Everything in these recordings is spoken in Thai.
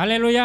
ฮาเลลูยา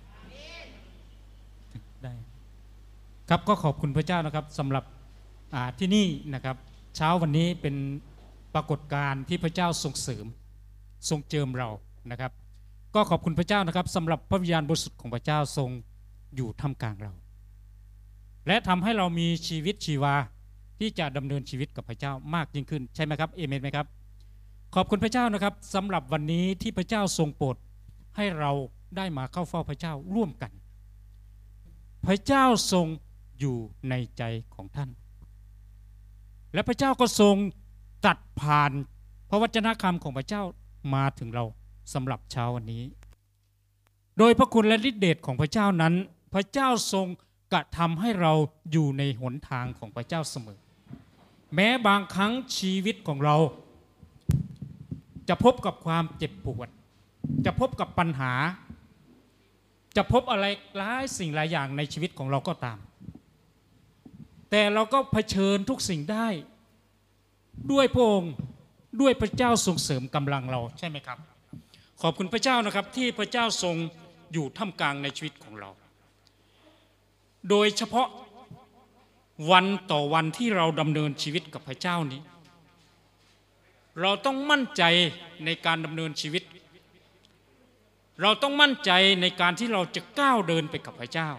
ได้ครับก็ขอบคุณพระเจ้านะครับสำหรับที่นี่นะครับเช้าวันนี้เป็นปรากฏการณ์ที่พระเจ้าทรงเสริมทรงเจิมเรานะครับก็ขอบคุณพระเจ้านะครับสำหรับพระวิญญาณบริสุทธิ์ของพระเจ้าทรงอยู่ท่ามกลางเราและทำให้เรามีชีวิตชีวาที่จะดำเนินชีวิตกับพระเจ้ามากยิ่งขึ้นใช่ไหมครับเอเมนไหมครับขอบคุณพระเจ้านะครับสำหรับวันนี้ที่พระเจ้าทรงโปรดให้เราได้มาเข้าเฝ้าพระเจ้าร่วมกันพระเจ้าทรงอยู่ในใจของท่านและพระเจ้าก็ทรงตรัสผ่านพระวจนะคำของพระเจ้ามาถึงเราสำหรับเช้าวันนี้โดยพระคุณและฤทธิเดชของพระเจ้านั้นพระเจ้าทรงกระทำให้เราอยู่ในหนทางของพระเจ้าเสมอแม้บางครั้งชีวิตของเราจะพบกับความเจ็บปวดจะพบกับปัญหาจะพบอะไรหลายสิ่งหลายอย่างในชีวิตของเราก็ตามแต่เราก็เผชิญทุกสิ่งได้ด้วยพระองค์ด้วยพระเจ้าทรงเสริมกำลังเราใช่ไหมครับขอบคุณพระเจ้านะครับที่พระเจ้าทรงอยู่ท่ามกลางในชีวิตของเราโดยเฉพาะวันต่อวันที่เราดำเนินชีวิตกับพระเจ้านี้เราต้องมั่นใจในการดำเนินชีวิตเราต้องมั่นใจในการที่เราจะก้าวเดินไปกับพระเจ้า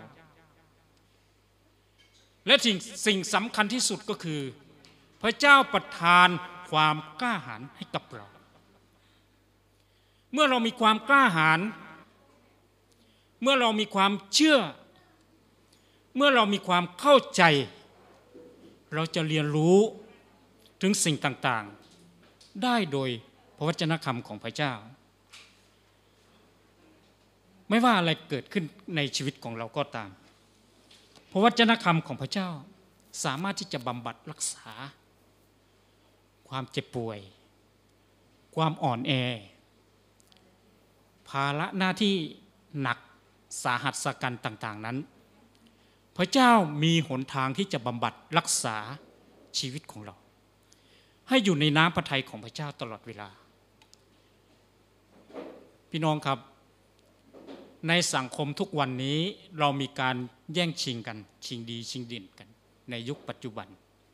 และสิ่งสำคัญที่สุดก็คือพระเจ้าประทานความกล้าหาญให้กับเราเมื่อเรามีความกล้าหาญเมื่อเรามีความเชื่อเมื่อเรามีความเข้าใจเราจะเรียนรู้ถึงสิ่งต่างๆได้โดยพระวจนะคำของพระเจ้าไม่ว่าอะไรเกิดขึ้นในชีวิตของเราก็ตามพระวจนะคำของพระเจ้าสามารถที่จะบำบัดรักษาความเจ็บป่วยความอ่อนแอภาระหน้าที่หนักสาหัสสากันต่างๆนั้นพระเจ้ามีหนทางที่จะบำบัดรักษาชีวิตของเราให้อยู่ในน้ำพระทัยของพระเจ้าตลอดเวลาพี่น้องครับในสังคมทุกวันนี้เรามีการแย่งชิงกันชิงดีชิงเด่นกันในยุคปัจจุบัน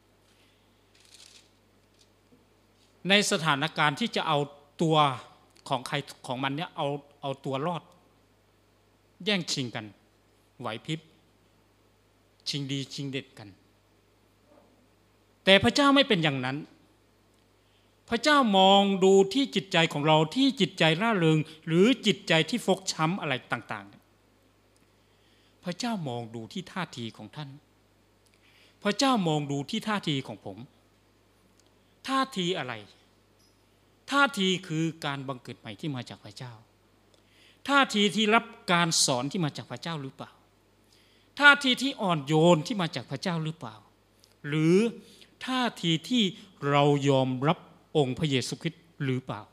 ในสถานการณ์ที่จะเอาตัวของใครของมันเนี่ยเอาตัวรอดแย่งชิงกันไหวพริบชิงดีชิงเด็ดกันแต่พระเจ้าไม่เป็นอย่างนั้นพระเจ้ามองดูที่จิตใจของเราที่จิตใจร่าเริงหรือจิตใจที่ฟกช้ำอะไรต่างๆพระเจ้ามองดูที่ท่าทีของท่านพระเจ้ามองดูที่ท่าทีของผมท่าทีอะไรท่าทีคือการบังเกิดใหม่ที่มาจากพระเจ้าท่าทีที่รับการสอนที่มาจากพระเจ้าหรือเปล่าท่าทีที่อ่อนโยนที่มาจากพระเจ้าหรือเปล่าหรือท่าทีที่เรายอมรับองค์พระเยซูคริสต์หรือเปล่า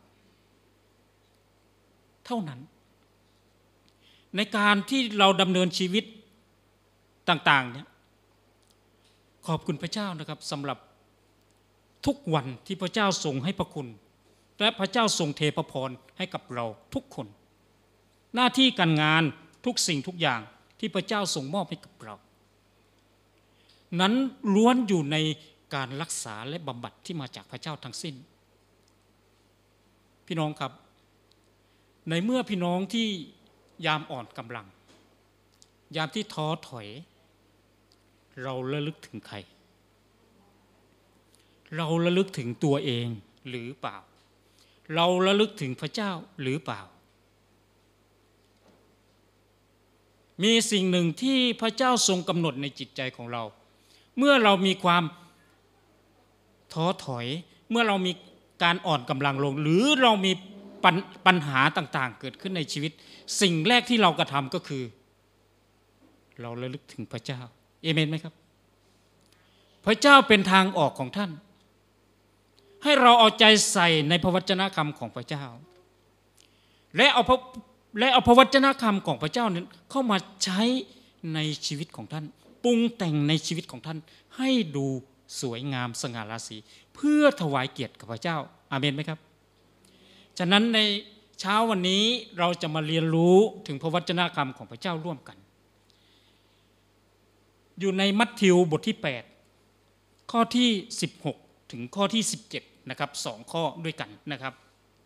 เท่านั้นในการที่เราดำเนินชีวิตต่างๆเนี่ยขอบคุณพระเจ้านะครับสำหรับทุกวันที่พระเจ้าทรงให้พระคุณและพระเจ้าทรงเทพระพรให้กับเราทุกคนหน้าที่การงานทุกสิ่งทุกอย่างที่พระเจ้าทรงมอบให้กับเรานั้นล้วนอยู่ในการรักษาและบำบัดที่มาจากพระเจ้าทั้งสิ้นพี่น้องครับในเมื่อพี่น้องที่ยามอ่อนกำลังยามที่ท้อถอยเราระลึกถึงใครเราระลึกถึงตัวเองหรือเปล่าเราระลึกถึงพระเจ้าหรือเปล่ามีสิ่งหนึ่งที่พระเจ้าทรงกำหนดในจิตใจของเราเมื่อเรามีความท้อถอยเมื่อเรามีการอ่อนกำลังลงหรือเรามีปัญหาต่างๆเกิดขึ้นในชีวิตสิ่งแรกที่เรากระทำก็คือเราระลึกถึงพระเจ้าเอเมนไหมครับพระเจ้าเป็นทางออกของท่านให้เราเอาใจใส่ในพระวจนะคำของพระเจ้าและเอาพระวจนะคำของพระเจ้านั้นเข้ามาใช้ในชีวิตของท่านปรุงแต่งในชีวิตของท่านให้ดูสวยงามสง่าราศีเพื่อถวายเกียรติกับพระเจ้าอาเมนไหมครับฉะนั้นในเช้าวันนี้เราจะมาเรียนรู้ถึงพระวจนะคำของพระเจ้าร่วมกันอยู่ในมัทธิวบทที่8ข้อที่16ถึงข้อที่17นะครับ2ข้อด้วยกันนะครับ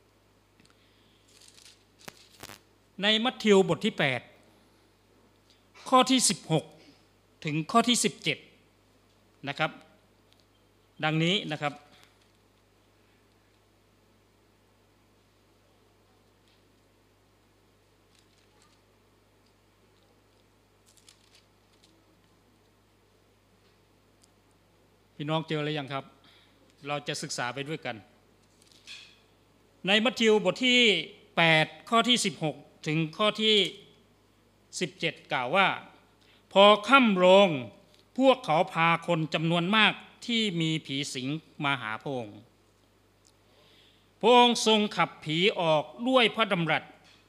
ในมัทธิวบทที่8ข้อที่16ถึงข้อที่17นะครับดังนี้นะครับพี่น้องเจอหรือยังครับเราจะศึกษาไปด้วยกันในมัทธิวบทที่8ข้อที่16ถึงข้อที่17กล่าวว่าพอค่ำลงพวกเขาพาคนจำนวนมากที่มีผีสิงมาหาพระองค์พระองค์ทรงขับผีออกด้วยพระดำรัส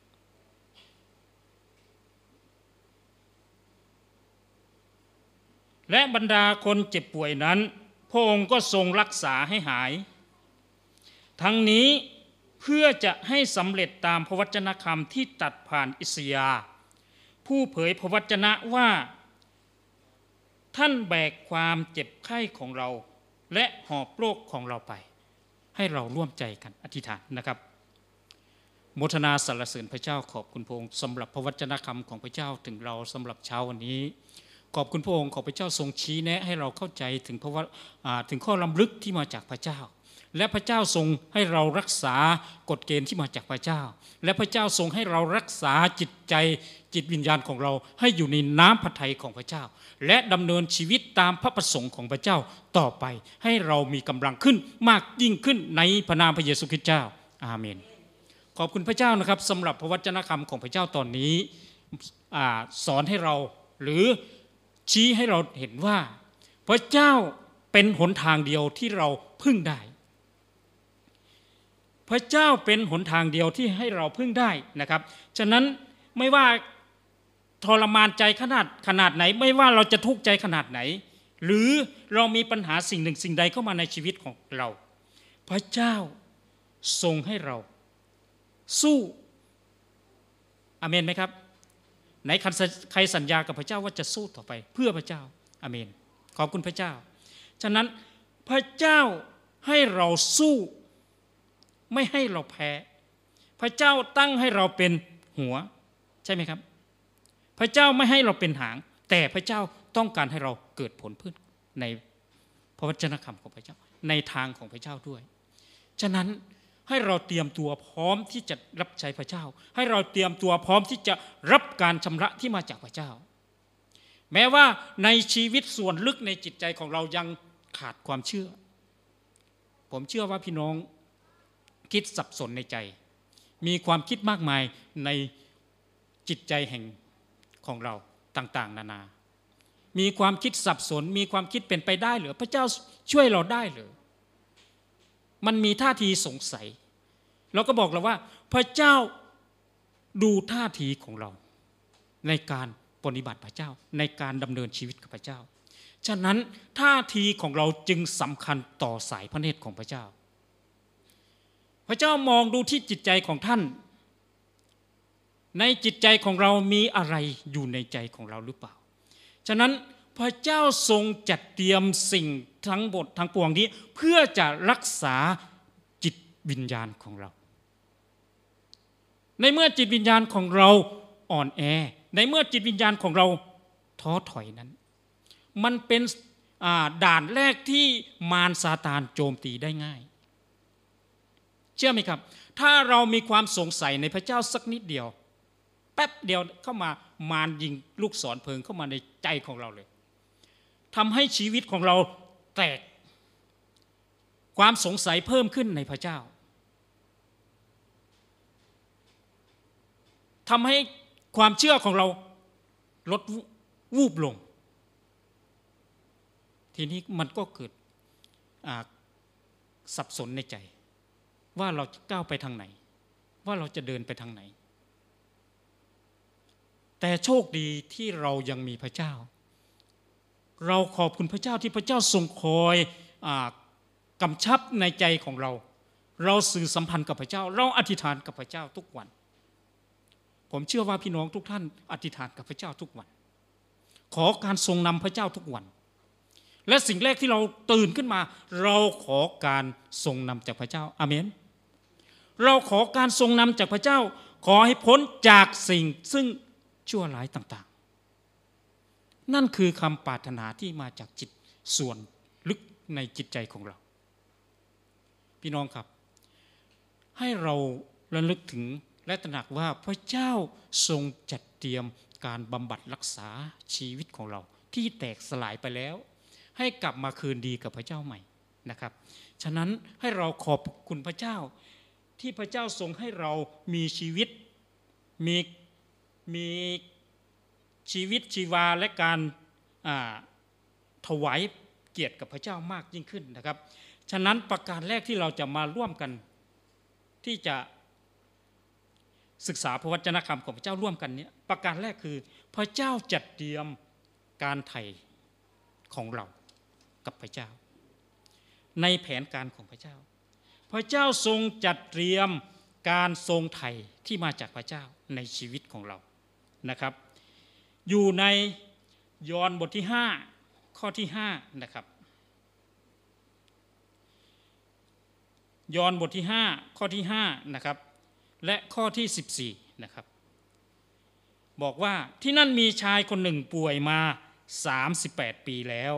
และบรรดาคนเจ็บป่วยนั้นพระองค์ก็ทรงรักษาให้หายทั้งนี้เพื่อจะให้สำเร็จตามพระวจนะคำที่ตรัสผ่านอิสยาห์ผู้เผยพระวจนะว่าท่านแบกความเจ็บไข้ของเราและหอบโรคของเราไปให้เราร่วมใจกันอธิษฐานนะครับโมทนาสรรเสริญพระเจ้าขอบคุณพระองค์สำหรับพระวจนะคำของพระเจ้าถึงเราสำหรับเช้าวันนี้ขอบคุณพระองค์ขอพระเจ้าทรงชี้แนะให้เราเข้าใจถึงถึงข้อล้ำลึกที่มาจากพระเจ้าและพระเจ้าทรงให้เรารักษากฎเกณฑ์ที่มาจากพระเจ้าและพระเจ้าทรงให้เรารักษาจิตใจจิตวิญญาณของเราให้อยู่ในน้ำพระทัยของพระเจ้าและดำเนินชีวิตตามพระประสงค์ของพระเจ้าต่อไปให้เรามีกำลังขึ้นมากยิ่งขึ้นในพระนามพระเยซูคริสต์เจ้าอาเมนขอบคุณพระเจ้านะครับสำหรับพระวจนะคำของพระเจ้าตอนนี้สอนให้เราหรือชี้ให้เราเห็นว่าพระเจ้าเป็นหนทางเดียวที่เราพึ่งได้พระเจ้าเป็นหนทางเดียวที่ให้เราพึ่งได้นะครับฉะนั้นไม่ว่าทรมานใจขนาดไหนไม่ว่าเราจะทุกข์ใจขนาดไหนหรือเรามีปัญหาสิ่งหนึ่งสิ่งใดเข้ามาในชีวิตของเราพระเจ้าทรงให้เราสู้อาเมนไหมครับไหนใครสัญญากับพระเจ้าว่าจะสู้ต่อไปเพื่อพระเจ้าอาเมนขอบคุณพระเจ้าฉะนั้นพระเจ้าให้เราสู้ไม่ให้เราแพ้พระเจ้าตั้งให้เราเป็นหัวใช่ไหมครับพระเจ้าไม่ให้เราเป็นหางแต่พระเจ้าต้องการให้เราเกิดผลพึ่งในพระวจนะคำของพระเจ้าในทางของพระเจ้าด้วยฉะนั้นให้เราเตรียมตัวพร้อมที่จะรับใช้พระเจ้าให้เราเตรียมตัวพร้อมที่จะรับการชำระที่มาจากพระเจ้าแม้ว่าในชีวิตส่วนลึกในจิตใจของเรายังขาดความเชื่อผมเชื่อว่าพี่น้องคิดสับสนในใจมีความคิดมากมายในจิตใจแห่งของเราต่างๆนานามีความคิดสับสนมีความคิดเป็นไปได้หรือพระเจ้าช่วยเราได้หรือมันมีท่าทีสงสัยเราก็บอกเราว่าพระเจ้าดูท่าทีของเราในการปฏิบัติพระเจ้าในการดำเนินชีวิตกับพระเจ้าฉะนั้นท่าทีของเราจึงสำคัญต่อสายพระเนตรของพระเจ้าพระเจ้ามองดูที่จิตใจของท่านในจิตใจของเรามีอะไรอยู่ในใจของเราหรือเปล่าฉะนั้นพระเจ้าทรงจัดเตรียมสิ่งทั้งหมดทั้งปวงนี้เพื่อจะรักษาจิตวิญญาณของเราในเมื่อจิตวิญญาณของเราอ่อนแอในเมื่อจิตวิญญาณของเราท้อถอยนั้นมันเป็นด่านแรกที่มารซาตานโจมตีได้ง่ายเชื่อไหมครับถ้าเรามีความสงสัยในพระเจ้าสักนิดเดียวแป๊บเดียวเข้ามามารยิงลูกศรเพลิงเข้ามาในใจของเราเลยทำให้ชีวิตของเราแตกความสงสัยเพิ่มขึ้นในพระเจ้าทำให้ความเชื่อของเราลดวูบลงทีนี้มันก็เกิดสับสนในใจว่าเราจะก้าวไปทางไหนว่าเราจะเดินไปทางไหนแต่โชคดีที่เรายังมีพระเจ้าเราขอบคุณพระเจ้าที่พระเจ้าทรงคอยกำชับในใจของเราเราสื่อสัมพันธ์กับพระเจ้าเราอธิษฐานกับพระเจ้าทุกวันผมเชื่อว่าพี่น้องทุกท่านอธิษฐานกับพระเจ้าทุกวันขอการทรงนำพระเจ้าทุกวันและสิ่งแรกที่เราตื่นขึ้นมาเราขอการทรงนำจากพระเจ้าอาเมนเราขอการทรงนำจากพระเจ้าขอให้พ้นจากสิ่งซึ่งชั่วร้ายต่างๆนั่นคือคำปรารถนาที่มาจากจิตส่วนลึกในจิตใจของเราพี่น้องครับให้เราระลึกถึงและตระหนักว่าพระเจ้าทรงจัดเตรียมการบำบัดรักษาชีวิตของเราที่แตกสลายไปแล้วให้กลับมาคืนดีกับพระเจ้าใหม่นะครับฉะนั้นให้เราขอบคุณพระเจ้าที่พระเจ้าทรงให้เรามีชีวิตมีชีวิตชีวาและการถวายเกียรติกับพระเจ้ามากยิ่งขึ้นนะครับฉะนั้นประการแรกที่เราจะมาร่วมกันที่จะศึกษาพระวจนะคำของพระเจ้าร่วมกันนี้ประการแรกคือพระเจ้าจัดเตรียมการไถ่ของเรากับพระเจ้าในแผนการของพระเจ้าพระเจ้าทรงจัดเตรียมการทรงไถ่ที่มาจากพระเจ้าในชีวิตของเรานะครับอยู่ในยอห์นบทที่5ข้อที่5นะครับยอห์นบทที่5ข้อที่5นะครับและข้อที่14นะครับบอกว่าที่นั่นมีชายคนหนึ่งป่วยมา38ปีแล้ว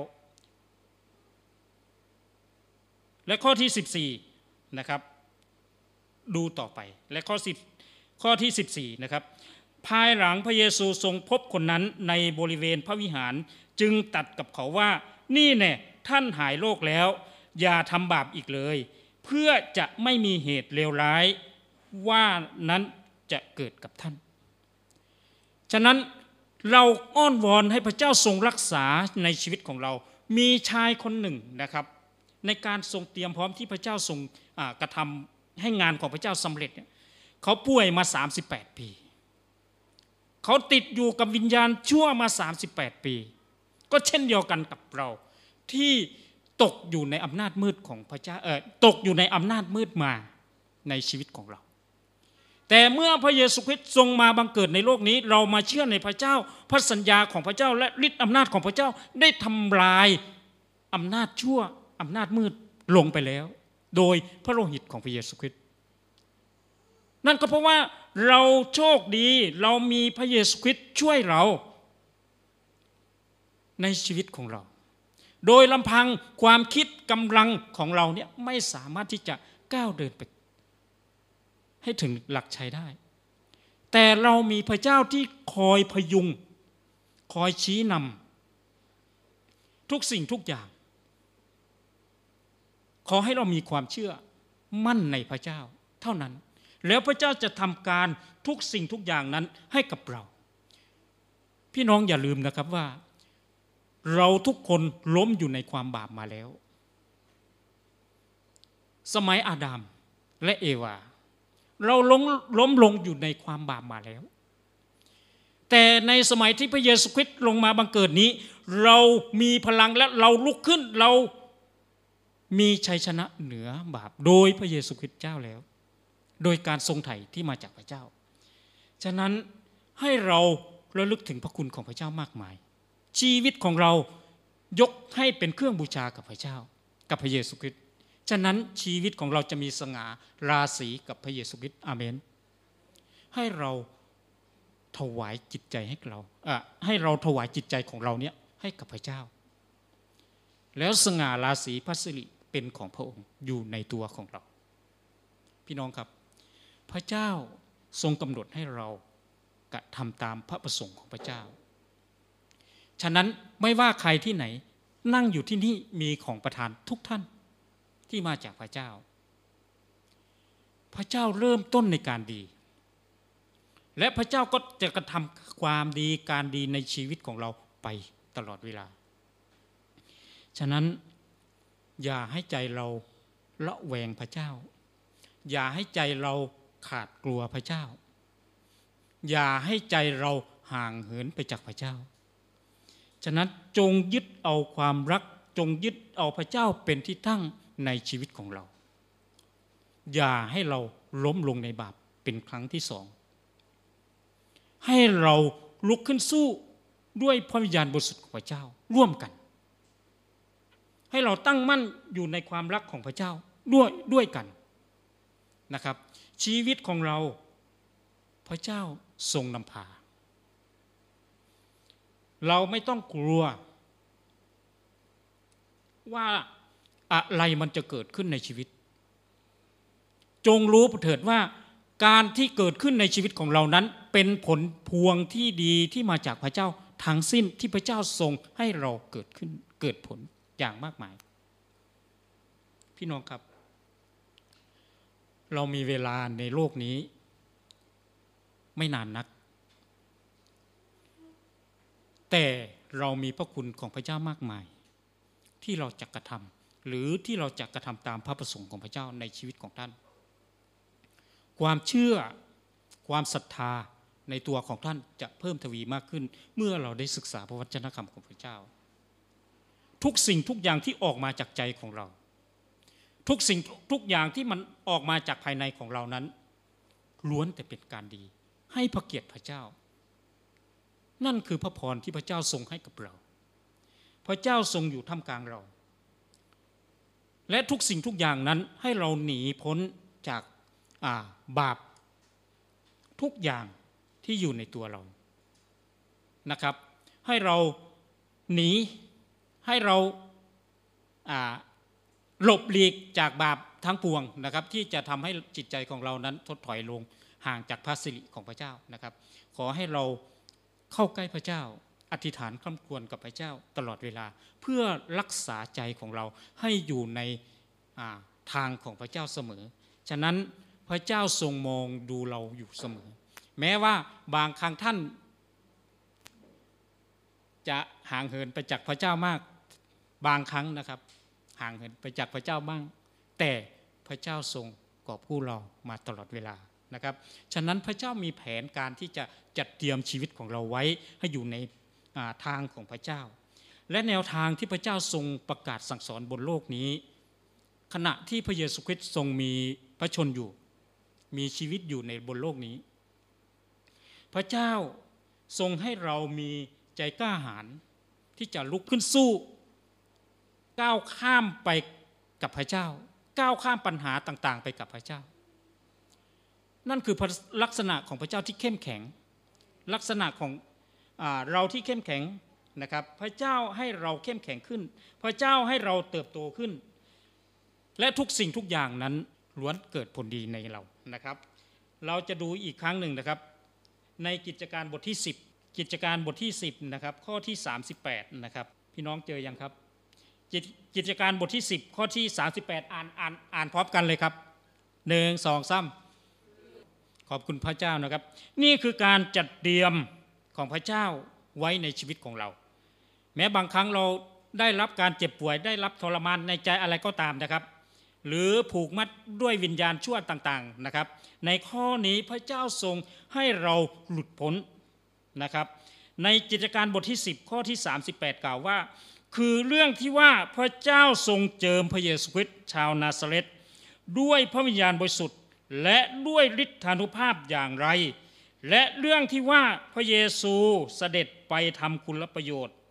และข้อที่14นะครับดูต่อไปและข้อที่14นะครับภายหลังพระเยซูทรงพบคนนั้นในบริเวณพระวิหารจึงตรัสกับเขาว่านี่แน่ท่านหายโรคแล้วอย่าทำบาปอีกเลยเพื่อจะไม่มีเหตุเลวร้ายว่านั้นจะเกิดกับท่านฉะนั้นเราอ้อนวอนให้พระเจ้าทรงรักษาในชีวิตของเรามีชายคนหนึ่งนะครับในการทรงเตรียมพร้อมที่พระเจ้าทรงกระทำให้งานของพระเจ้าสำเร็จเขาป่วยมา38ปีเขาติดอยู่กับวิญญาณชั่วมา38ปีก็เช่นเดียวกันกับเราที่ตกอยู่ในอำนาจมืดของพระเจ้าตกอยู่ในอำนาจมืดมาในชีวิตของเราแต่เมื่อพระเยซูคริสต์ทรงมาบังเกิดในโลกนี้เรามาเชื่อในพระเจ้าพระสัญญาของพระเจ้าและฤทธิ์อำนาจของพระเจ้าได้ทำลายอำนาจชั่วอำนาจมืดลงไปแล้วโดยพระโลหิตของพระเยซูคริสต์นั่นก็เพราะว่าเราโชคดีเรามีพระเยซูคริสต์ช่วยเราในชีวิตของเราโดยลำพังความคิดกำลังของเราเนี่ยไม่สามารถที่จะก้าวเดินไปให้ถึงหลักชัยได้แต่เรามีพระเจ้าที่คอยพยุงคอยชี้นำทุกสิ่งทุกอย่างขอให้เรามีความเชื่อมั่นในพระเจ้าเท่านั้นแล้วพระเจ้าจะทำการทุกสิ่งทุกอย่างนั้นให้กับเราพี่น้องอย่าลืมนะครับว่าเราทุกคนล้มอยู่ในความบาปมาแล้วสมัยอาดัมและเอวาเราล้มลงอยู่ในความบาปมาแล้วแต่ในสมัยที่พระเยซูคริสต์ลงมาบังเกิดนี้เรามีพลังและเราลุกขึ้นเรามีชัยชนะเหนือบาปโดยพระเยซูคริสต์เจ้าแล้วโดยการทรงไถ่ที่มาจากพระเจ้าฉะนั้นให้เราระลึกถึงพระคุณของพระเจ้ามากมายชีวิตของเรายกให้เป็นเครื่องบูชากับพระเจ้ากับพระเยซูคริสต์ฉะนั้นชีวิตของเราจะมีสง่าราศีกับพระเยซูคริสต์อาเมนให้เราถวายจิตใจให้เราถวายจิตใจของเราเนี่ยให้กับพระเจ้าแล้วสง่าราศีพระสิริเป็นของพระองค์อยู่ในตัวของเราพี่น้องครับพระเจ้าทรงกำหนดให้เรากระทำตามพระประสงค์ของพระเจ้าฉะนั้นไม่ว่าใครที่ไหนนั่งอยู่ที่นี่มีของประทานทุกท่านที่มาจากพระเจ้าพระเจ้าเริ่มต้นในการดีและพระเจ้าก็จะกระทำความดีการดีในชีวิตของเราไปตลอดเวลาฉะนั้นอย่าให้ใจเราละแวงพระเจ้าอย่าให้ใจเราขาดกลัวพระเจ้าอย่าให้ใจเราห่างเหินไปจากพระเจ้าฉะนั้นจงยึดเอาความรักจงยึดเอาพระเจ้าเป็นที่ตั้งในชีวิตของเราอย่าให้เราล้มลงในบาปเป็นครั้งที่สองให้เราลุกขึ้นสู้ด้วยพระวิญญาณบริสุทธิ์ของพระเจ้าร่วมกันให้เราตั้งมั่นอยู่ในความรักของพระเจ้าด้วยกันนะครับชีวิตของเราพระเจ้าทรงนำพาเราไม่ต้องกลัวว่าอะไรมันจะเกิดขึ้นในชีวิตจงรู้เถิดว่าการที่เกิดขึ้นในชีวิตของเรานั้นเป็นผลพวงที่ดีที่มาจากพระเจ้าทั้งสิ้นที่พระเจ้าทรงให้เราเกิดขึ้นเกิดผลอย่างมากมายพี่น้องครับเรามีเวลาในโลกนี้ไม่นานนักแต่เรามีพระคุณของพระเจ้ามากมายที่เราจะกระทำหรือที่เราจะกระทำตามพระประสงค์ของพระเจ้าในชีวิตของท่านความเชื่อความศรัทธาในตัวของท่านจะเพิ่มทวีมากขึ้นเมื่อเราได้ศึกษาพระวจนะคำของพระเจ้าทุกสิ่งทุกอย่างที่ออกมาจากใจของเราทุกสิ่งทุกอย่างที่มันออกมาจากภายในของเรานั้นล้วนแต่เป็นการดีให้พระเกียรติพระเจ้านั่นคือพระพรที่พระเจ้าทรงให้กับเราพระเจ้าทรงอยู่ท่ามกลางเราและทุกสิ่งทุกอย่างนั้นให้เราหนีพ้นจากบาปทุกอย่างที่อยู่ในตัวเรานะครับให้เราหนีให้เราหลบหลีกจากบาปทั้งปวงนะครับที่จะทำให้จิตใจของเรานั้นถดถอยลงห่างจากพระสิริของพระเจ้านะครับขอให้เราเข้าใกล้พระเจ้าอธิษฐานคร่ำครวญกับพระเจ้าตลอดเวลาเพื่อรักษาใจของเราให้อยู่ในทางของพระเจ้าเสมอฉะนั้นพระเจ้าทรงมองดูเราอยู่เสมอแม้ว่าบางครั้งท่านจะห่างเหินไปจากพระเจ้ามากบางครั้งนะครับห่างเหินไปจากพระเจ้าบ้างแต่พระเจ้าทรงกอบกู้เรามาตลอดเวลานะครับฉะนั้นพระเจ้ามีแผนการที่จะจัดเตรียมชีวิตของเราไว้ให้อยู่ในทางของพระเจ้าและแนวทางที่พระเจ้าทรงประกาศสั่งสอนบนโลกนี้ขณะที่พระเยซูคริสต์ทรงมีพระชนอยู่มีชีวิตอยู่ในบนโลกนี้พระเจ้าทรงให้เรามีใจกล้าหาญที่จะลุกขึ้นสู้ก้าวข้ามไปกับพระเจ้าก้าวข้ามปัญหาต่างๆไปกับพระเจ้านั่นคือลักษณะของพระเจ้าที่เข้มแข็งลักษณะของเราที่เข้มแข็งนะครับพระเจ้าให้เราเข้มแข็งขึ้นพระเจ้าให้เราเติบโตขึ้นและทุกสิ่งทุกอย่างนั้นล้วนเกิดผลดีในเรานะครับเราจะดูอีกครั้งหนึ่งนะครับในกิจการบทที่10กิจการบทที่10นะครับข้อที่38นะครับพี่น้องเจอยังครับกิจการบทที่10ข้อที่38อ่านพร้อมกันเลยครับ1 2 3ขอบคุณพระเจ้านะครับนี่คือการจัดเตรียมของพระเจ้าไว้ในชีวิตของเราแม้บางครั้งเราได้รับการเจ็บป่วยได้รับทรมานในใจอะไรก็ตามนะครับหรือผูกมัดด้วยวิญญาณชั่วต่างๆนะครับในข้อนี้พระเจ้าทรงให้เราหลุดพ้นนะครับในกิจการบทที่10ข้อที่38กล่าวว่าคือเรื่องที่ว่าพระเจ้าทรงเจิมพระเยซูคริสต์ชาวนาซาเรตด้วยพระวิญญาณบริสุทธิ์และด้วยฤทธานุภาพอย่างไรและเรื่องที่ว่าพระเยซูเสด็จไปทำคุณประโยชน์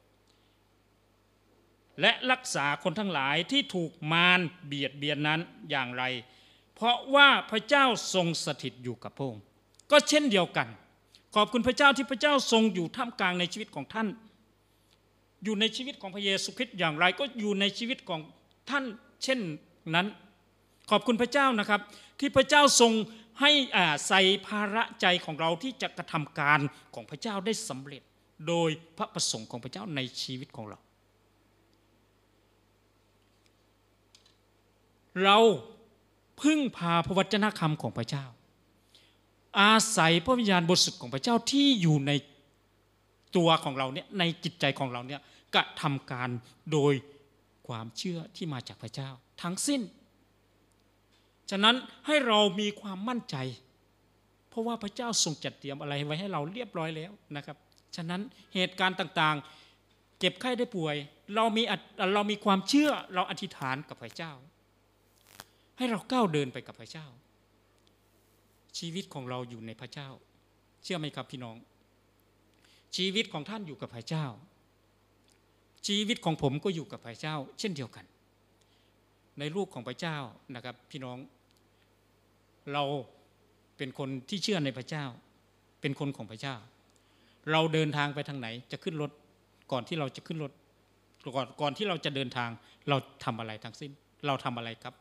และรักษาคนทั้งหลายที่ถูกมารเบียดเบียนนั้นอย่างไรเพราะว่าพระเจ้าทรงสถิตอยู่กับพระองค์ก็เช่นเดียวกันขอบคุณพระเจ้าที่พระเจ้าทรงอยู่ท่ามกลางในชีวิตของท่านอยู่ในชีวิตของพระเยซูคริสต์อย่างไรก็อยู่ในชีวิตของท่านเช่นนั้นขอบคุณพระเจ้านะครับที่พระเจ้าทรงให้ใส่ภาระใจของเราที่จะกระทำการของพระเจ้าได้สำเร็จโดยพระประสงค์ของพระเจ้าในชีวิตของเราเราพึ่งพาพระวจนะคำของพระเจ้าอาศัยพระวิญญาณบริสุทธิ์ของพระเจ้าที่อยู่ในตัวของเราเนี่ยในจิตใจของเราเนี่ยกระทำการโดยความเชื่อที่มาจากพระเจ้าทั้งสิ้นฉะนั้นให้เรามีความมั่นใจเพราะว่าพระเจ้าทรงจัดเตรียมอะไรไว้ให้เราเรียบร้อยแล้วนะครับฉะนั้นเหตุการณ์ต่างๆเจ็บไข้ได้ป่วยเรามีความเชื่อเราอธิษฐานกับพระเจ้าให้เราก้าวเดินไปกับพระเจ้าชีวิตของเราอยู่ในพระเจ้าเชื่อไหมครับพี่น้องชีวิตของท่านอยู่กับพระเจ้าชีวิตของผมก็อยู่กับพระเจ้าเช่นเดียวกันในลูกของพระเจ้านะครับพี่น้องเราเป็นคนที่เชื่อในพระเจ้าเป็นคนของพระเจ้าเราเดินทางไปทางไหนจะขึ้นรถก่อนที่เราจะขึ้นรถก่อนที่เราจะเดินทางเราทำอะไรทั้งสิ้นเราทำอะไรครับ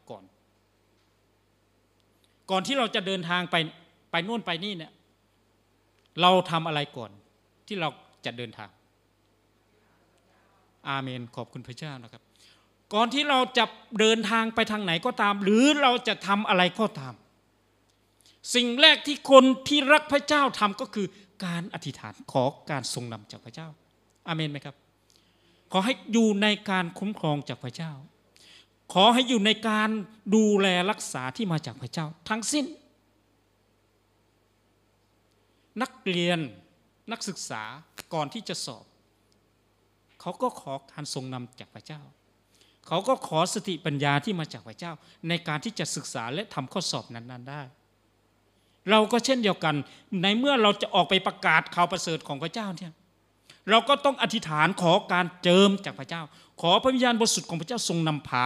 ก่อนที่เราจะเดินทางไปโน่นไปนี่เนี่ยเราทำอะไรก่อนที่เราจะเดินทางอาเมนขอบคุณพระเจ้านะครับก่อนที่เราจะเดินทางไปทางไหนก็ตามหรือเราจะทำอะไรก็ตามสิ่งแรกที่คนที่รักพระเจ้าทำก็คือการอธิษฐานขอการทรงนำจากพระเจ้าอาเมนไหมครับขอให้อยู่ในการคุ้มครองจากพระเจ้าขอให้อยู่ในการดูแลรักษาที่มาจากพระเจ้าทั้งสิ้นนักเรียนนักศึกษาก่อนที่จะสอบเขาก็ขอการทรงนำจากพระเจ้าเขาก็ขอสติปัญญาที่มาจากพระเจ้าในการที่จะศึกษาและทำข้อสอบนั้นๆได้เราก็เช่นเดียวกันในเมื่อเราจะออกไปประกาศข่าวประเสริฐของพระเจ้าเนี่ยเราก็ต้องอธิษฐานขอการเจิมจากพระเจ้าขอพระวิญญาณบริสุทธิ์ของพระเจ้าทรงนำพา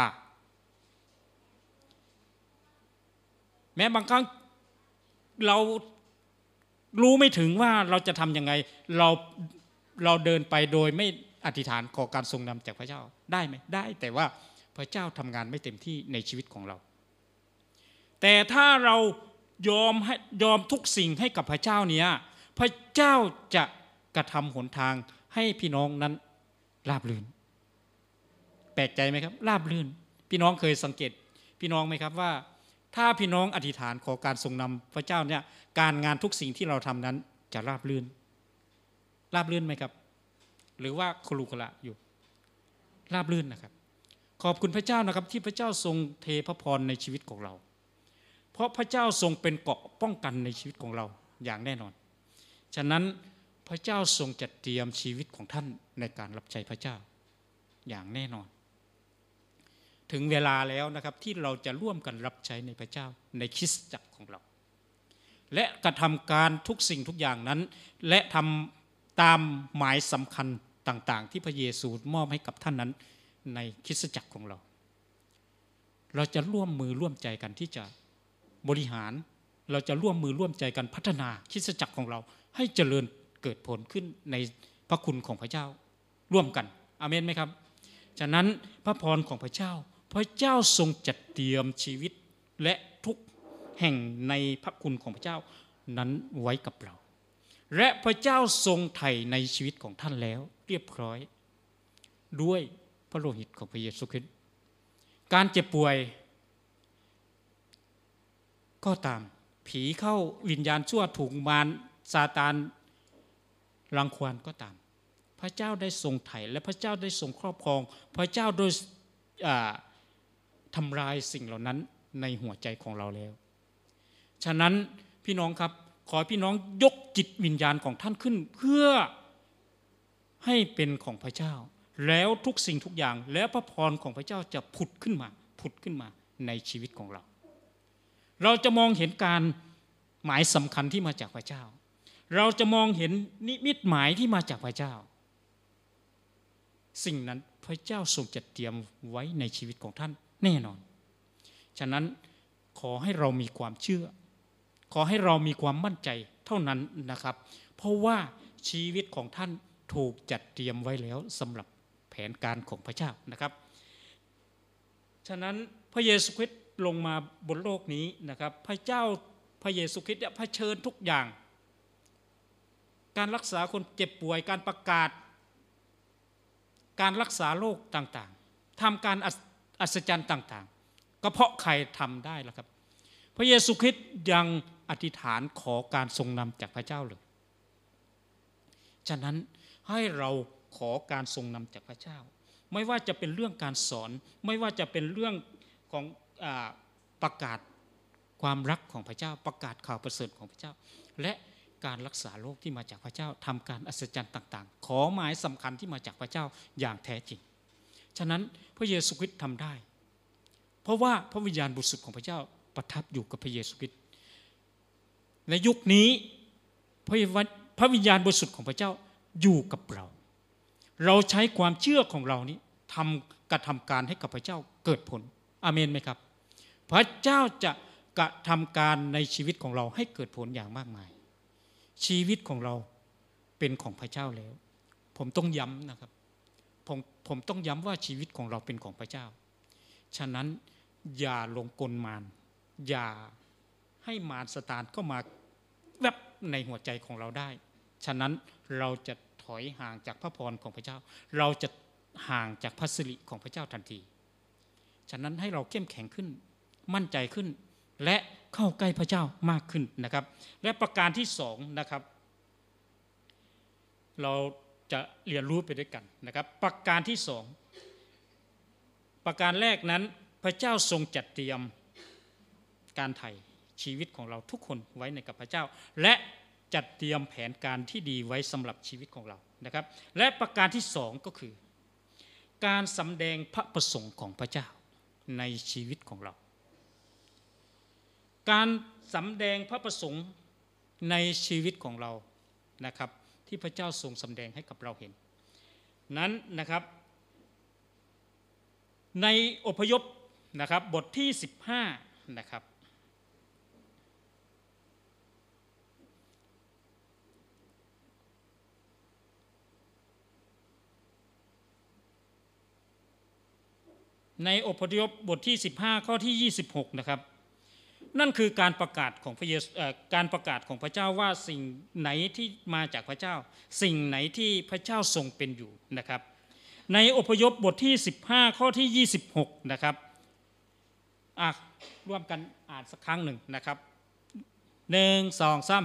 แม้บางครั้งเรารู้ไม่ถึงว่าเราจะทำยังไงเราเดินไปโดยไม่อธิษฐานขอการทรงนำจากพระเจ้าได้ไหมได้แต่ว่าพระเจ้าทำงานไม่เต็มที่ในชีวิตของเราแต่ถ้าเรายอมทุกสิ่งให้กับพระเจ้าเนี่ยพระเจ้าจะกระทำหนทางให้พี่น้องนั้นราบรื่นแปลกใจไหมครับราบรื่นพี่น้องเคยสังเกตพี่น้องไหมครับว่าถ้าพี่น้องอธิษฐานขอการทรงนำพระเจ้าเนี่ยการงานทุกสิ่งที่เราทำนั้นจะราบรื่นไหมครับหรือว่าคลุขระอยู่ราบรื่นนะครับขอบคุณพระเจ้านะครับที่พระเจ้าทรงเทพระพรในชีวิตของเราเพราะพระเจ้าทรงเป็นเกราะป้องกันในชีวิตของเราอย่างแน่นอนฉะนั้นพระเจ้าทรงจัดเตรียมชีวิตของท่านในการรับใช้พระเจ้าอย่างแน่นอนถึงเวลาแล้วนะครับที่เราจะร่วมกันรับใช้ในพระเจ้าในคริสตจักรของเราและกระทำการทุกสิ่งทุกอย่างนั้นและทำตามหมายสำคัญต่างๆที่พระเยซูมอบให้กับท่านนั้นในคริสตจักรของเราเราจะร่วมมือร่วมใจกันที่จะบริหารเราจะร่วมมือร่วมใจกันพัฒนาคริสตจักรของเราให้เจริญเกิดผลขึ้นในพระคุณของพระเจ้าร่วมกันอาเมนไหมครับฉะนั้นพระพรของพระเจ้าทรงจัดเตรียมชีวิตและทุกแห่งในพระคุณของพระเจ้านั้นไว้กับเราและพระเจ้าทรงไถ่ในชีวิตของท่านแล้วเรียบร้อยด้วยพระโลหิตของพระเยซูคริสต์การเจ็บป่วยก็ตามผีเข้าวิญญาณชั่วถูกมารซาตานรังควานก็ตามพระเจ้าได้ทรงไถ่และพระเจ้าได้ทรงครอบครองพระเจ้าโดยทำลายสิ่งเหล่านั้นในหัวใจของเราแล้วฉะนั้นพี่น้องครับขอพี่น้องยกจิตวิญญาณของท่านขึ้นเพื่อให้เป็นของพระเจ้าแล้วทุกสิ่งทุกอย่างแล้วพระพรของพระเจ้าจะผุดขึ้นมาในชีวิตของเราจะมองเห็นการหมายสำคัญที่มาจากพระเจ้าเราจะมองเห็นนิมิตหมายที่มาจากพระเจ้าสิ่งนั้นพระเจ้าทรงจัดเตรียมไว้ในชีวิตของท่านแน่นอนฉะนั้นขอให้เรามีความเชื่อขอให้เรามีความมั่นใจเท่านั้นนะครับเพราะว่าชีวิตของท่านถูกจัดเตรียมไว้แล้วสำหรับแผนการของพระเจ้านะครับฉะนั้นพระเยซูคริสต์ลงมาบนโลกนี้นะครับพระเยซูคริสต์เผชิญทุกอย่างการรักษาคนเจ็บป่วยการประกาศการรักษาโรคต่างๆทำการอัศจรรย์ต่างๆก็เพราะใครทำได้ล่ะครับพระเยซูคริสต์ยังอธิษฐานขอการทรงนำจากพระเจ้าเลยฉะนั้นให้เราขอการทรงนำจากพระเจ้าไม่ว่าจะเป็นเรื่องการสอนไม่ว่าจะเป็นเรื่องของประกาศความรักของพระเจ้าประกาศข่าวประเสริฐของพระเจ้าและการรักษาโรคที่มาจากพระเจ้าทำการอัศจรรย์ต่างๆขอหมายสำคัญที่มาจากพระเจ้าอย่างแท้จริงฉะนั้นพระเยซูคริสต์ทำได้เพราะว่าพระวิญญาณบริสุทธิ์ของพระเจ้าประทับอยู่กับพระเยซูคริสต์ในยุคนี้พระวิญญาณบริสุทธิ์ของพระเจ้าอยู่กับเราใช้ความเชื่อของเรานี้กระทำการให้กับพระเจ้าเกิดผลอาเมนไหมครับพระเจ้าจะกระทำการในชีวิตของเราให้เกิดผลอย่างมากมายชีวิตของเราเป็นของพระเจ้าแล้วผมต้องย้ำนะครับผมต้องย้ำว่าชีวิตของเราเป็นของพระเจ้าฉะนั้นอย่าลงกลมารอย่าให้มารซาตานเข้ามาแวบในหัวใจของเราได้ฉะนั้นเราจะถอยห่างจากพระพรของพระเจ้าเราจะห่างจากพระสิริของพระเจ้าทันทีฉะนั้นให้เราเข้มแข็งขึ้นมั่นใจขึ้นและเข้าใกล้พระเจ้ามากขึ้นนะครับและประการที่2นะครับเราจะเรียนรู้ไปด้วยกันนะครับประการที่2ประการแรกนั้นพระเจ้าทรงจัดเตรียมการไถ่ชีวิตของเราทุกคนไว้ในกับพระเจ้าและจัดเตรียมแผนการที่ดีไว้สำหรับชีวิตของเรานะครับและประการที่2ก็คือการสำแดงพระประสงค์ของพระเจ้าในชีวิตของเราการสำแดงพระประสงค์ในชีวิตของเรานะครับที่พระเจ้าทรงสำแดงให้กับเราเห็นนั้นนะครับในอพยพนะครับบทที่15นะครับในอพยพบทที่15ข้อที่26นะครับนั่นคือการประกาศของการประกาศของพระเจ้าว่าสิ่งไหนที่มาจากพระเจ้าสิ่งไหนที่พระเจ้าทรงเป็นอยู่นะครับในอพยพบทที่15ข้อที่26นะครับร่วมกันอ่านสักครั้งหนึ่งนะครับ1 2 3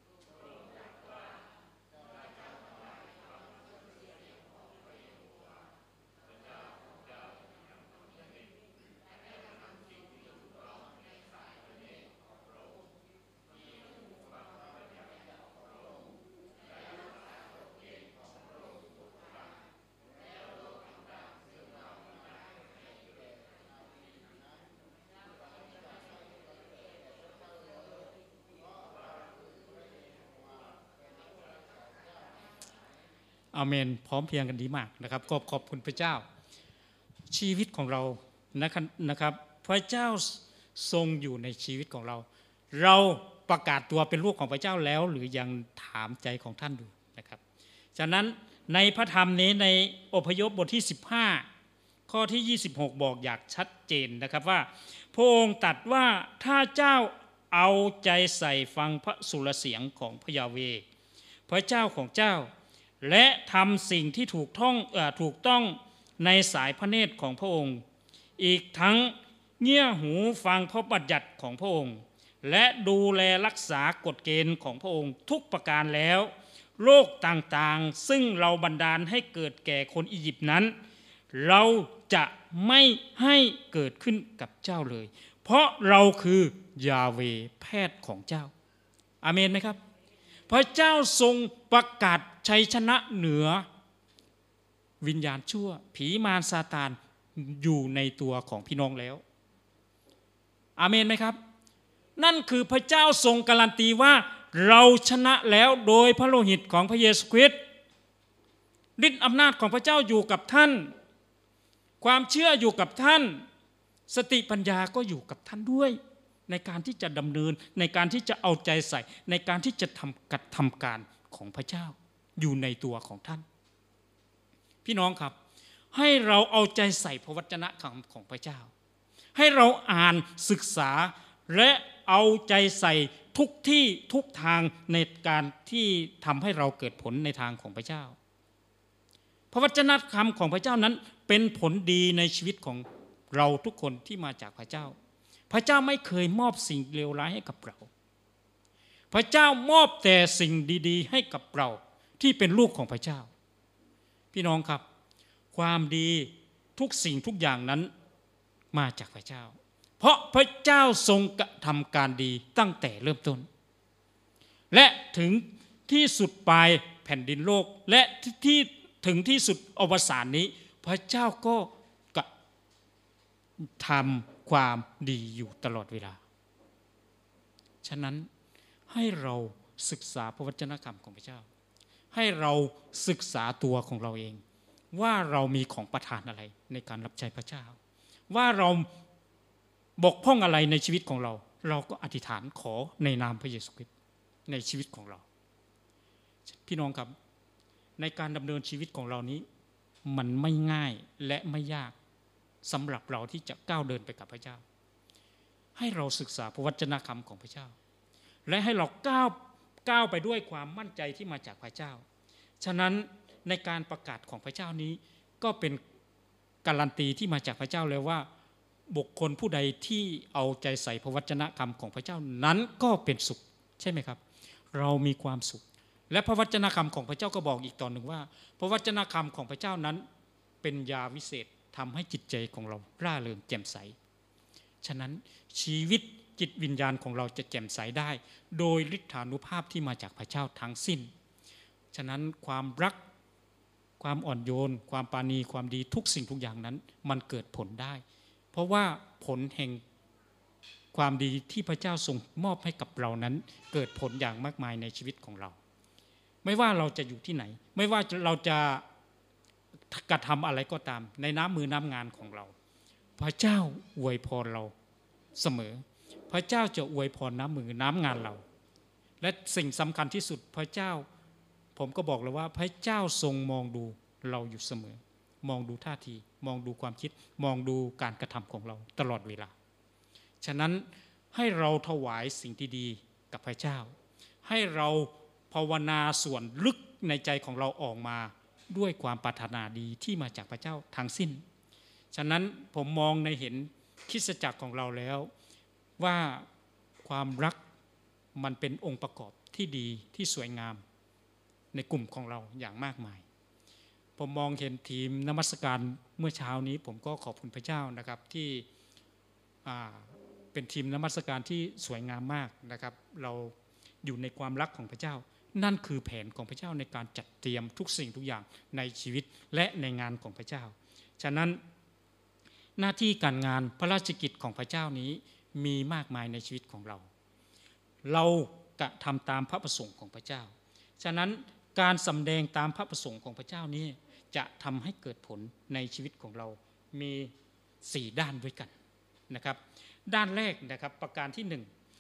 อาเมนพร้อมเพียงกันดีมากนะครับก็ขอบคุณพระเจ้าชีวิตของเรานะครับพระเจ้าทรงอยู่ในชีวิตของเราประกาศตัวเป็นลูกของพระเจ้าแล้วหรือยังถามใจของท่านดูนะครับฉะนั้นในพระธรรมนี้ในอพยพบทที่15ข้อที่26บอกอย่างชัดเจนนะครับว่าพระองค์ตรัสว่าถ้าเจ้าเอาใจใส่ฟังพระสุรเสียงของพระยาเวห์พระเจ้าของเจ้าและทำสิ่งที่ถูกต้องในสายพระเนตรของพระองค์อีกทั้งเงี่ยหูฟังพระบัญญัติของพระองค์และดูแลรักษากฎเกณฑ์ของพระองค์ทุกประการแล้วโรคต่างๆซึ่งเราบันดาลให้เกิดแก่คนอียิปต์นั้นเราจะไม่ให้เกิดขึ้นกับเจ้าเลยเพราะเราคือยาเวห์แพทย์ของเจ้าอาเมนไหมครับพระเจ้าทรงประกาศชัยชนะเหนือวิญญาณชั่วผีมารซาตานอยู่ในตัวของพี่น้องแล้วอาเมนไหมครับนั่นคือพระเจ้าทรงการันตีว่าเราชนะแล้วโดยพระโลหิตของพระเยซูคริสต์ฤทธิ์อำนาจของพระเจ้าอยู่กับท่านความเชื่ออยู่กับท่านสติปัญญาก็อยู่กับท่านด้วยในการที่จะดำเนินในการที่จะเอาใจใส่ในการที่จะทำการของพระเจ้าอยู่ในตัวของท่านพี่น้องครับให้เราเอาใจใส่พระวจนะของพระเจ้าให้เราอ่านศึกษาและเอาใจใส่ทุกที่ทุกทางในการที่ทำให้เราเกิดผลในทางของพระเจ้าพระวจนะคำของพระเจ้านั้นเป็นผลดีในชีวิตของเราทุกคนที่มาจากพระเจ้าพระเจ้าไม่เคยมอบสิ่งเลวร้ายให้กับเราพระเจ้ามอบแต่สิ่งดีๆให้กับเราที่เป็นลูกของพระเจ้าพี่น้องครับความดีทุกสิ่งทุกอย่างนั้นมาจากพระเจ้าเพราะพระเจ้าทรงกระทำการดีตั้งแต่เริ่มต้นและถึงที่สุดปลายแผ่นดินโลกและที่ถึงที่สุดอวสานนี้พระเจ้าก็ทำความดีอยู่ตลอดเวลาฉะนั้นให้เราศึกษาพระวจนะคำของพระเจ้าให้เราศึกษาตัวของเราเองว่าเรามีของประทานอะไรในการรับใช้พระเจ้าว่าเราบกพร่องอะไรในชีวิตของเราเราก็อธิษฐานขอในนามพระเยซูคริสต์ในชีวิตของเราพี่น้องครับในการดำเนินชีวิตของเรานี้มันไม่ง่ายและไม่ยากสำหรับเราที่จะก้าวเดินไปกับพระเจ้าให้เราศึกษาพระวจนะคำของพระเจ้าและให้เราก้าวไปด้วยความมั่นใจที่มาจากพระเจ้าฉะนั้นในการประกาศของพระเจ้านี้ก็เป็นการันตีที่มาจากพระเจ้าแล้วว่าบุคคลผู้ใดที่เอาใจใส่พระวจนะคำของพระเจ้านั้นก็เป็นสุขใช่ไหมครับเรามีความสุขและพระวจนะคำของพระเจ้าก็บอกอีกตอนหนึ่งว่าพระวจนะคำของพระเจ้านั้นเป็นยาวิเศษทำให้จิตใจของเราร่าเริงแจ่มใสฉะนั้นชีวิตจิตวิญญาณของเราจะแจ่มใสได้โดยฤทธานุภาพที่มาจากพระเจ้าทั้งสิ้นฉะนั้นความรักความอ่อนโยนความปราณีความดีทุกสิ่งทุกอย่างนั้นมันเกิดผลได้เพราะว่าผลแห่งความดีที่พระเจ้าทรงมอบให้กับเรานั้นเกิดผลอย่างมากมายในชีวิตของเราไม่ว่าเราจะอยู่ที่ไหนไม่ว่าเราจะกระทำอะไรก็ตามในน้ำมือน้ำงานของเราพระเจ้าอวยพรเราเสมอพระเจ้าจะอวยพรน้ำมือน้ำงานเราและสิ่งสำคัญที่สุดพระเจ้าผมก็บอกเลยว่าพระเจ้าทรงมองดูเราอยู่เสมอมองดูท่าทีมองดูความคิดมองดูการกระทำของเราตลอดเวลาฉะนั้นให้เราถวายสิ่งที่ดีกับพระเจ้าให้เราภาวนาส่วนลึกในใจของเราออกมาด้วยความปรารถนาดีที่มาจากพระเจ้าทั้งสิ้นฉะนั้นผมมองในเห็นคริสตจักรของเราแล้วว่าความรักมันเป็นองค์ประกอบที่ดีที่สวยงามในกลุ่มของเราอย่างมากมายผมมองเห็นทีมนมัสการเมื่อเช้านี้ผมก็ขอบคุณพระเจ้านะครับที่เป็นทีมนมัสการที่สวยงามมากนะครับเราอยู่ในความรักของพระเจ้านั่นคือแผนของพระเจ้าในการจัดเตรียมทุกสิ่งทุกอย่างในชีวิตและในงานของพระเจ้าฉะนั้นหน้าที่การงานพระราชกิจของพระเจ้านี้มีมากมายในชีวิตของเราเรากระทำตามพระประสงค์ของพระเจ้าฉะนั้นการสำแดงตามพระประสงค์ของพระเจ้านี้จะทำให้เกิดผลในชีวิตของเรามี4ด้านด้วยกันนะครับด้านแรกนะครับประการที่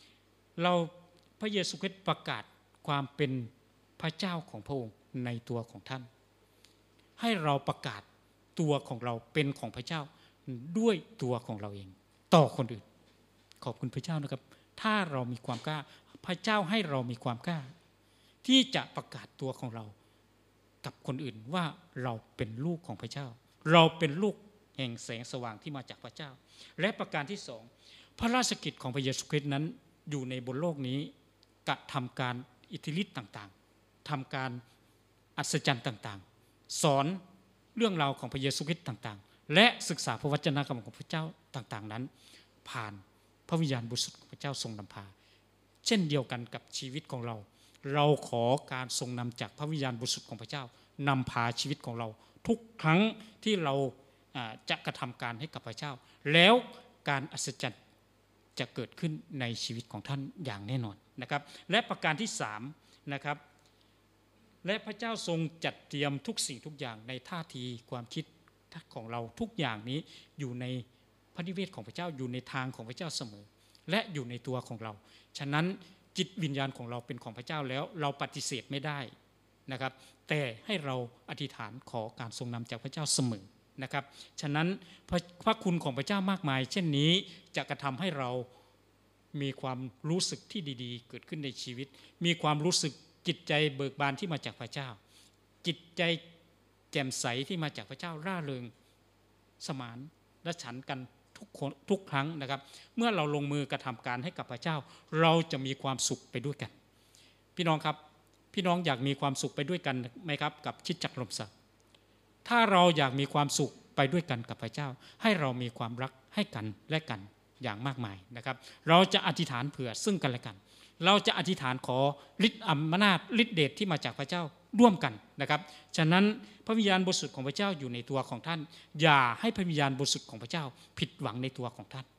1เราพระเยซูคริสต์ประกาศความเป็นพระเจ้าของพระองค์ในตัวของท่านให้เราประกาศตัวของเราเป็นของพระเจ้าด้วยตัวของเราเองต่อคนอื่นขอบคุณพระเจ้านะครับถ้าเรามีความกล้าพระเจ้าให้เรามีความกล้าที่จะประกาศตัวของเรากับคนอื่นว่าเราเป็นลูกของพระเจ้าเราเป็นลูกแห่งแสงสว่างที่มาจากพระเจ้าและประการที่2พระราชกิจของพระเยซูคริสต์นั้นอยู่ในบนโลกนี้กระทำการอิทธิฤทธิ์ต่างๆทำการอัศจรรย์ต่างๆสอนเรื่องราวของพระเยซูคริสต์ต่างๆและศึกษาพระวจนะของพระเจ้าต่างๆนั้นผ่านพระวิญญาณบริสุทธิ์ของพระเจ้าทรงนำพาเช่นเดียวกันกับชีวิตของเราเราขอการทรงนำจากพระวิญญาณบริสุทธิ์ของพระเจ้านำพาชีวิตของเราทุกครั้งที่เราจะกระทำการให้กับพระเจ้าแล้วการอัศจรรย์จะเกิดขึ้นในชีวิตของท่านอย่างแน่นอนนะครับและประการที่3นะครับและพระเจ้าทรงจัดเตรียมทุกสิ่งทุกอย่างในท่าทีความคิดของเราทุกอย่างนี้อยู่ในพระนิเวศของพระเจ้าอยู่ในทางของพระเจ้าเสมอและอยู่ในตัวของเราฉะนั้นจิตวิญญาณของเราเป็นของพระเจ้าแล้วเราปฏิเสธไม่ได้นะครับแต่ให้เราอธิษฐานขอการทรงนำจากพระเจ้าเสมอนะครับฉะนั้นพระคุณของพระเจ้ามากมายเช่นนี้จะกระทำให้เรามีความรู้สึกที่ดีๆเกิดขึ้นในชีวิตมีความรู้สึกจิตใจเบิกบานที่มาจากพระเจ้าจิตใจแจ่มใสที่มาจากพระเจ้าร่าเริงสมานและฉันกันทุกครั้งนะครับเมื่อเราลงมือกระทำการให้กับพระเจ้าเราจะมีความสุขไปด้วยกันพี่น้องครับพี่น้องอยากมีความสุขไปด้วยกันไหมครับกับคริสตจักรลมศักดิ์ถ้าเราอยากมีความสุขไปด้วยกันกับพระเจ้าให้เรามีความรักให้กันและกันอย่างมากมายนะครับเราจะอธิษฐานเผื่อซึ่งกันและกันเราจะอธิษฐานขอฤทธิ์อำนาจฤทธิเดชที่มาจากพระเจ้าร่วมกันนะครับฉะนั้นพระวิญญาณบริสุทธิ์ของพระเจ้าอยู่ในตัวของท่านอย่าให้พระวิญญาณบริสุทธิ์ของพระเจ้าผิดหวังในตัวของท่าน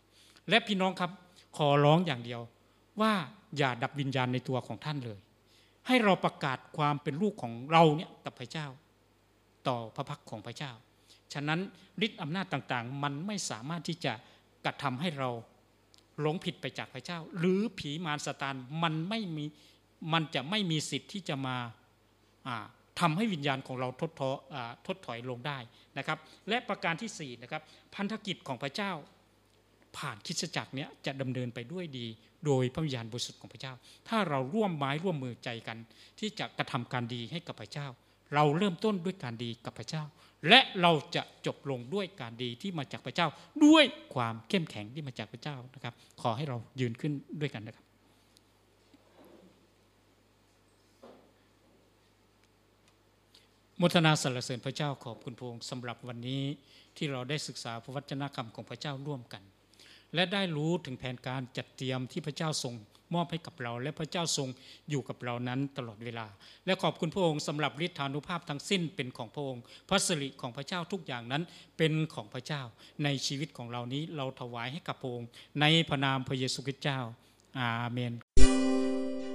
และพี่น้องครับขอร้องอย่างเดียวว่าอย่าดับวิญญาณในตัวของท่านเลยให้เราประกาศความเป็นลูกของเราเนี่ยกับพระเจ้าต่อพระพักของพระเจ้าฉะนั้นฤทธิ์อำนาจต่างๆมันไม่สามารถที่จะกระทำให้เราหลงผิดไปจากพระเจ้าหรือผีมารซาตานมันจะไม่มีสิทธิ์ที่จะมาทำให้วิญญาณของเราทดถอยลงได้นะครับและประการที่4นะครับพันธกิจของพระเจ้าผ่านคริสตจักรเนี้ยจะดำเนินไปด้วยดีโดยพระวิญญาณบริสุทธิ์ของพระเจ้าถ้าเราร่วมไม้ร่วมมือใจกันที่จะกระทำการดีให้กับพระเจ้าเราเริ่มต้นด้วยการดีกับพระเจ้าและเราจะจบลงด้วยการดีที่มาจากพระเจ้าด้วยความเข้มแข็งที่มาจากพระเจ้านะครับขอให้เรายืนขึ้นด้วยกันนะครับโมทนาสรรเสริญพระเจ้าขอบคุณพระองค์สำหรับวันนี้ที่เราได้ศึกษาพระวจนะคำของพระเจ้าร่วมกันและได้รู้ถึงแผนการจัดเตรียมที่พระเจ้าทรงมอบให้กับเราและพระเจ้าทรงอยู่กับเรานั้นตลอดเวลาและขอบคุณพระองค์สำหรับฤทธานุภาพทั้งสิ้นเป็นของพระองค์พระสิริของพระเจ้าทุกอย่างนั้นเป็นของพระเจ้าในชีวิตของเรานี้เราถวายให้กับพระองค์ในพระนามพระเยซูคริสต์เจ้าอาเมน